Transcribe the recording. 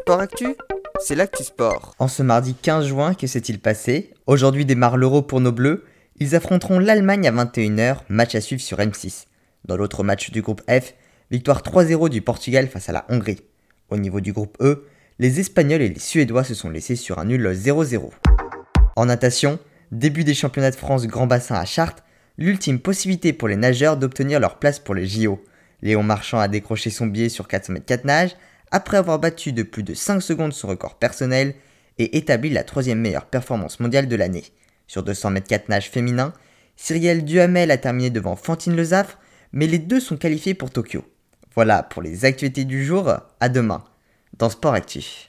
Sport Actu, c'est l'actu sport. En ce mardi 15 juin, que s'est-il passé ? Aujourd'hui démarre l'Euro pour nos Bleus. Ils affronteront l'Allemagne à 21h, match à suivre sur M6. Dans l'autre match du groupe F, victoire 3-0 du Portugal face à la Hongrie. Au niveau du groupe E, les Espagnols et les Suédois se sont laissés sur un nul 0-0. En natation, début des championnats de France grand bassin à Chartres, l'ultime possibilité pour les nageurs d'obtenir leur place pour les JO. Léon Marchand a décroché son billet sur 400 mètres 4 nages après avoir battu de plus de 5 secondes son record personnel et établi la 3e meilleure performance mondiale de l'année. Sur 200 mètres 4 nages féminin, Cyrielle Duhamel a terminé devant Fantine Lezafre, mais les deux sont qualifiés pour Tokyo. Voilà pour les actualités du jour, à demain dans Sport Actu.